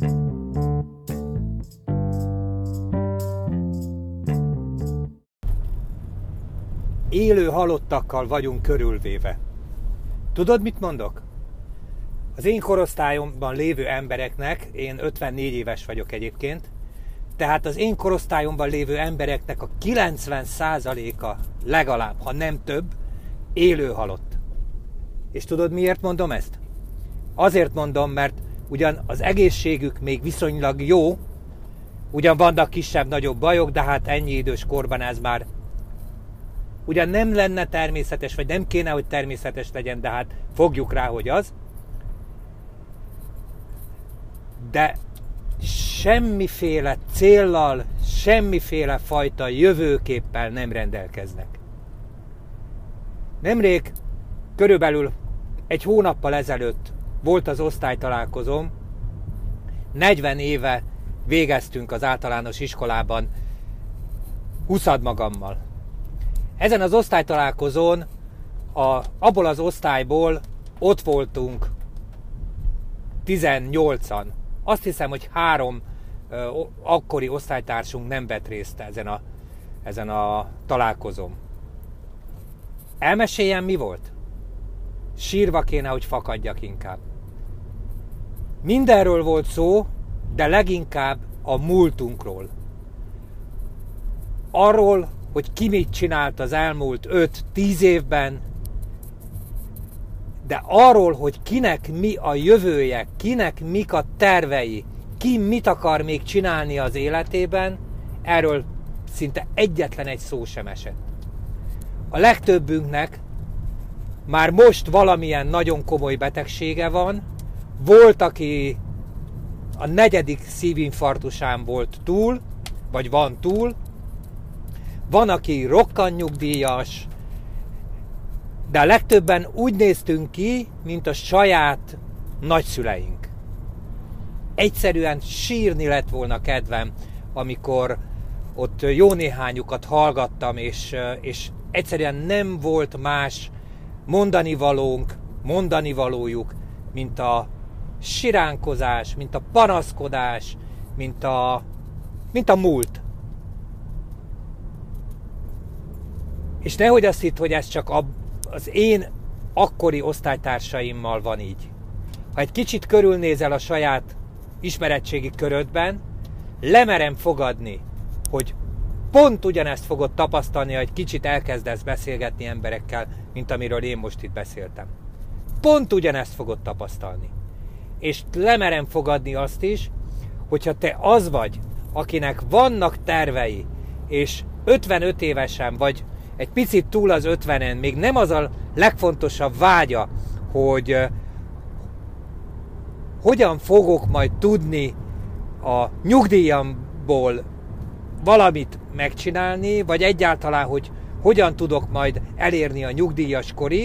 Élő halottakkal vagyunk körülvéve. Tudod, mit mondok? Az én korosztályomban lévő embereknek, én 54 éves vagyok egyébként, tehát az én korosztályomban lévő embereknek a 90%-a legalább, ha nem több, élő halott. És tudod, miért mondom ezt? Azért mondom, mert ugyan az egészségük még viszonylag jó, ugyan vannak kisebb-nagyobb bajok, de hát ennyi idős korban ez már ugyan nem lenne természetes, vagy nem kéne, hogy természetes legyen, de hát fogjuk rá, hogy az. De semmiféle céllal, semmiféle fajta jövőképpel nem rendelkeznek. Nemrég, körülbelül egy hónappal ezelőtt volt az osztálytalálkozóm, 40 éve végeztünk az általános iskolában, 20 magammal. Ezen az osztálytalálkozón, abból az osztályból ott voltunk 18-an. Azt hiszem, hogy 3 akkori osztálytársunk nem vett részt ezen a találkozón. Elmeséljem, mi volt? Sírva kéne, hogy fakadjak inkább. Mindenről volt szó, de leginkább a múltunkról. Arról, hogy ki mit csinált az elmúlt 5-10 évben, de arról, hogy kinek mi a jövője, kinek mik a tervei, ki mit akar még csinálni az életében, erről szinte egyetlen egy szó sem esett. A legtöbbünknek már most valamilyen nagyon komoly betegsége van, volt, aki a 4. szívinfarktusán volt túl, vagy van túl, van, aki rokkantnyugdíjas, de a legtöbben úgy néztünk ki, mint a saját nagyszüleink. Egyszerűen sírni lett volna kedvem, amikor ott jó néhányukat hallgattam, és egyszerűen nem volt más mondanivalójuk, mint a siránkozás, mint a panaszkodás, mint a múlt. És nehogy azt hidd, hogy ez csak az én akkori osztálytársaimmal van így. Ha egy kicsit körülnézel a saját ismeretségi körödben, lemerem fogadni, hogy pont ugyanezt fogod tapasztalni, ha egy kicsit elkezdesz beszélgetni emberekkel, mint amiről én most itt beszéltem. Pont ugyanezt fogod tapasztalni. És lemerem fogadni azt is, hogyha te az vagy, akinek vannak tervei, és 55 évesen vagy, egy picit túl az 50-en, még nem az a legfontosabb vágya, hogy hogyan fogok majd tudni a nyugdíjamból valamit megcsinálni, vagy egyáltalán, hogy hogyan tudok majd elérni a nyugdíjas korig,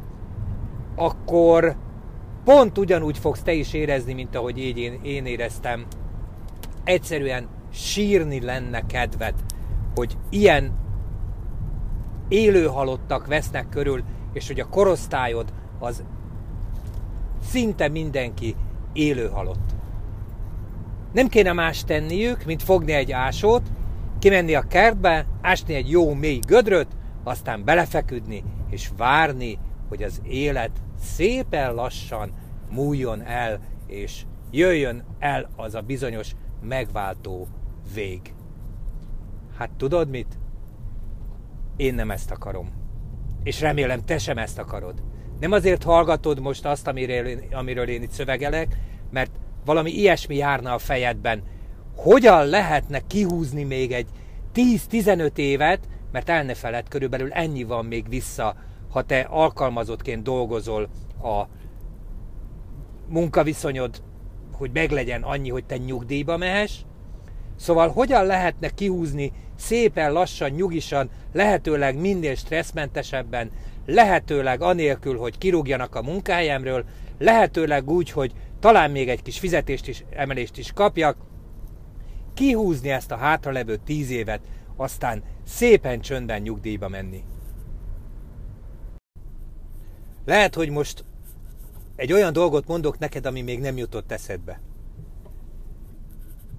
akkor pont ugyanúgy fogsz te is érezni, mint ahogy én éreztem. Egyszerűen sírni lenne kedved, hogy ilyen élő halottak vesznek körül, és hogy a korosztályod az szinte mindenki élő halott. Nem kéne más tenniük, mint fogni egy ásót, kimenni a kertbe, ásni egy jó mély gödröt, aztán belefeküdni, és várni, hogy az élet szépen lassan múljon el, és jöjjön el az a bizonyos megváltó vég. Hát tudod mit? Én nem ezt akarom. És remélem, te sem ezt akarod. Nem azért hallgatod most azt, amiről én itt szövegelek, mert valami ilyesmi járna a fejedben. Hogyan lehetne kihúzni még egy 10-15 évet, mert el ne feled, körülbelül ennyi van még vissza, ha te alkalmazottként dolgozol, a munkaviszonyod, hogy meglegyen annyi, hogy te nyugdíjba mehess. Szóval hogyan lehetne kihúzni szépen, lassan, nyugisan, lehetőleg minél stresszmentesebben, lehetőleg anélkül, hogy kirúgjanak a munkahelyemről, lehetőleg úgy, hogy talán még egy kis emelést is kapjak, kihúzni ezt a hátralevő 10 évet, aztán szépen csöndben nyugdíjba menni. Lehet, hogy most egy olyan dolgot mondok neked, ami még nem jutott eszedbe.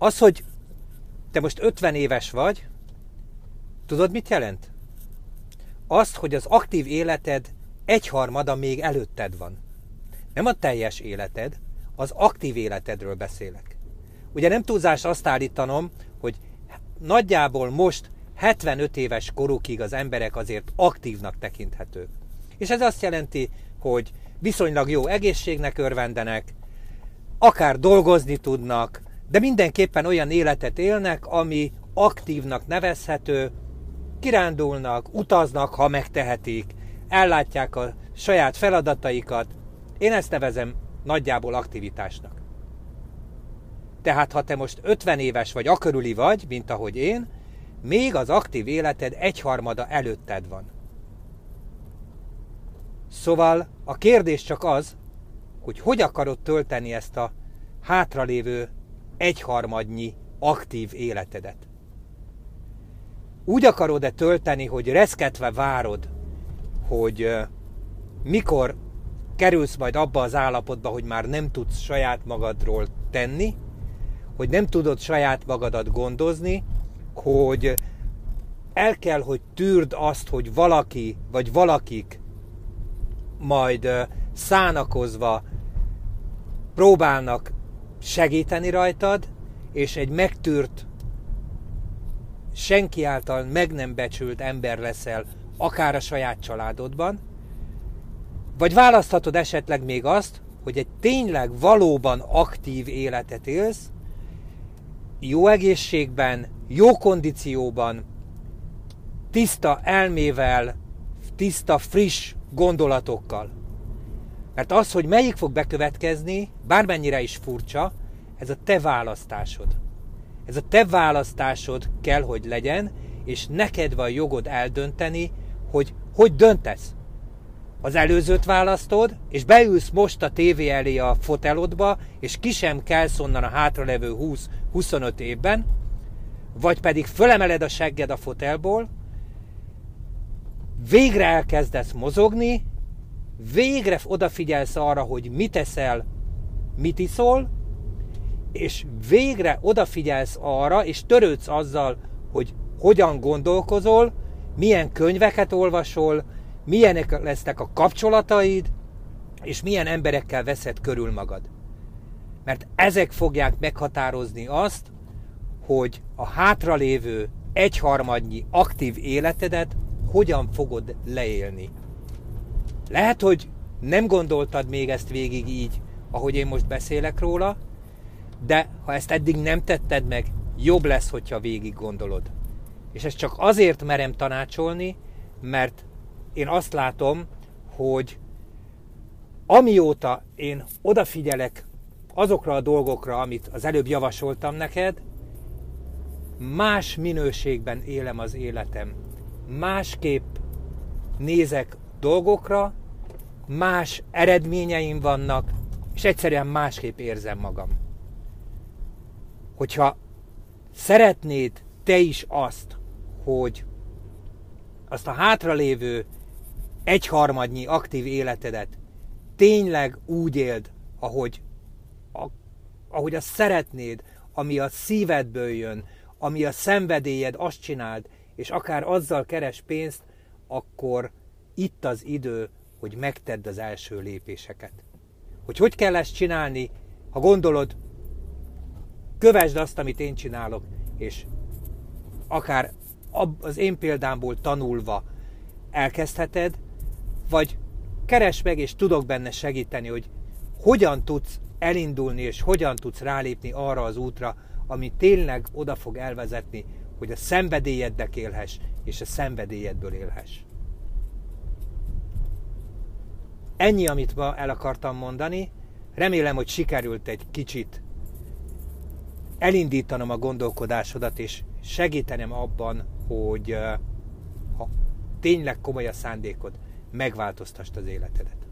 Az, hogy te most 50 éves vagy, tudod, mit jelent? Azt, hogy az aktív életed egyharmada még előtted van. Nem a teljes életed, az aktív életedről beszélek. Ugye nem túlzás azt állítanom, hogy nagyjából most 75 éves korukig az emberek azért aktívnak tekinthetők. És ez azt jelenti, hogy viszonylag jó egészségnek örvendenek, akár dolgozni tudnak, de mindenképpen olyan életet élnek, ami aktívnak nevezhető, kirándulnak, utaznak, ha megtehetik, ellátják a saját feladataikat. Én ezt nevezem nagyjából aktivitásnak. Tehát ha te most 50 éves vagy akörüli vagy, mint ahogy én, még az aktív életed egyharmada előtted van. Szóval a kérdés csak az, hogy akarod tölteni ezt a hátralévő egyharmadnyi aktív életedet. Úgy akarod-e tölteni, hogy reszketve várod, hogy mikor kerülsz majd abba az állapotba, hogy már nem tudsz saját magadról tenni, hogy nem tudod saját magadat gondozni, hogy el kell, hogy tűrd azt, hogy valaki vagy valakik majd szánakozva próbálnak segíteni rajtad, és egy megtűrt, senki által meg nem becsült ember leszel, akár a saját családodban, vagy választhatod esetleg még azt, hogy egy tényleg valóban aktív életet élsz, jó egészségben, jó kondícióban, tiszta elmével, tiszta, friss gondolatokkal. Mert az, hogy melyik fog bekövetkezni, bármennyire is furcsa, ez a te választásod. Ez a te választásod kell, hogy legyen, és neked van jogod eldönteni, hogy döntesz. Az előzőt választod, és beülsz most a tévé elé a fotelodba, és ki sem kelsz onnan a hátralevő 20-25 évben, vagy pedig fölemeled a segged a fotelból, végre elkezdesz mozogni, végre odafigyelsz arra, hogy mit eszel, mit iszol, és végre odafigyelsz arra, és törődsz azzal, hogy hogyan gondolkozol, milyen könyveket olvasol, milyenek lesznek a kapcsolataid, és milyen emberekkel veszed körül magad. Mert ezek fogják meghatározni azt, hogy a hátralévő egyharmadnyi aktív életedet hogyan fogod leélni. Lehet, hogy nem gondoltad még ezt végig így, ahogy én most beszélek róla, de ha ezt eddig nem tetted meg, jobb lesz, hogyha végig gondolod. És ezt csak azért merem tanácsolni, mert én azt látom, hogy amióta én odafigyelek azokra a dolgokra, amit az előbb javasoltam neked, más minőségben élem az életem. Másképp nézek dolgokra, más eredményeim vannak, és egyszerűen másképp érzem magam. Hogyha szeretnéd te is hogy azt a hátralévő egyharmadnyi aktív életedet tényleg úgy éld, ahogy azt szeretnéd, ami a szívedből jön, ami a szenvedélyed, azt csináld, és akár azzal keres pénzt, akkor itt az idő, hogy megtedd az első lépéseket. Hogy kell ezt csinálni, ha gondolod, kövesd azt, amit én csinálok, és akár az én példámból tanulva elkezdheted, vagy keresd meg, és tudok benne segíteni, hogy hogyan tudsz elindulni, és hogyan tudsz rálépni arra az útra, ami tényleg oda fog elvezetni, hogy a szenvedélyeddel élhess, és a szenvedélyedből élhess. Ennyi, amit ma el akartam mondani. Remélem, hogy sikerült egy kicsit elindítanom a gondolkodásodat, és segítenem abban, hogy ha tényleg komoly a szándékod, megváltoztasd az életedet.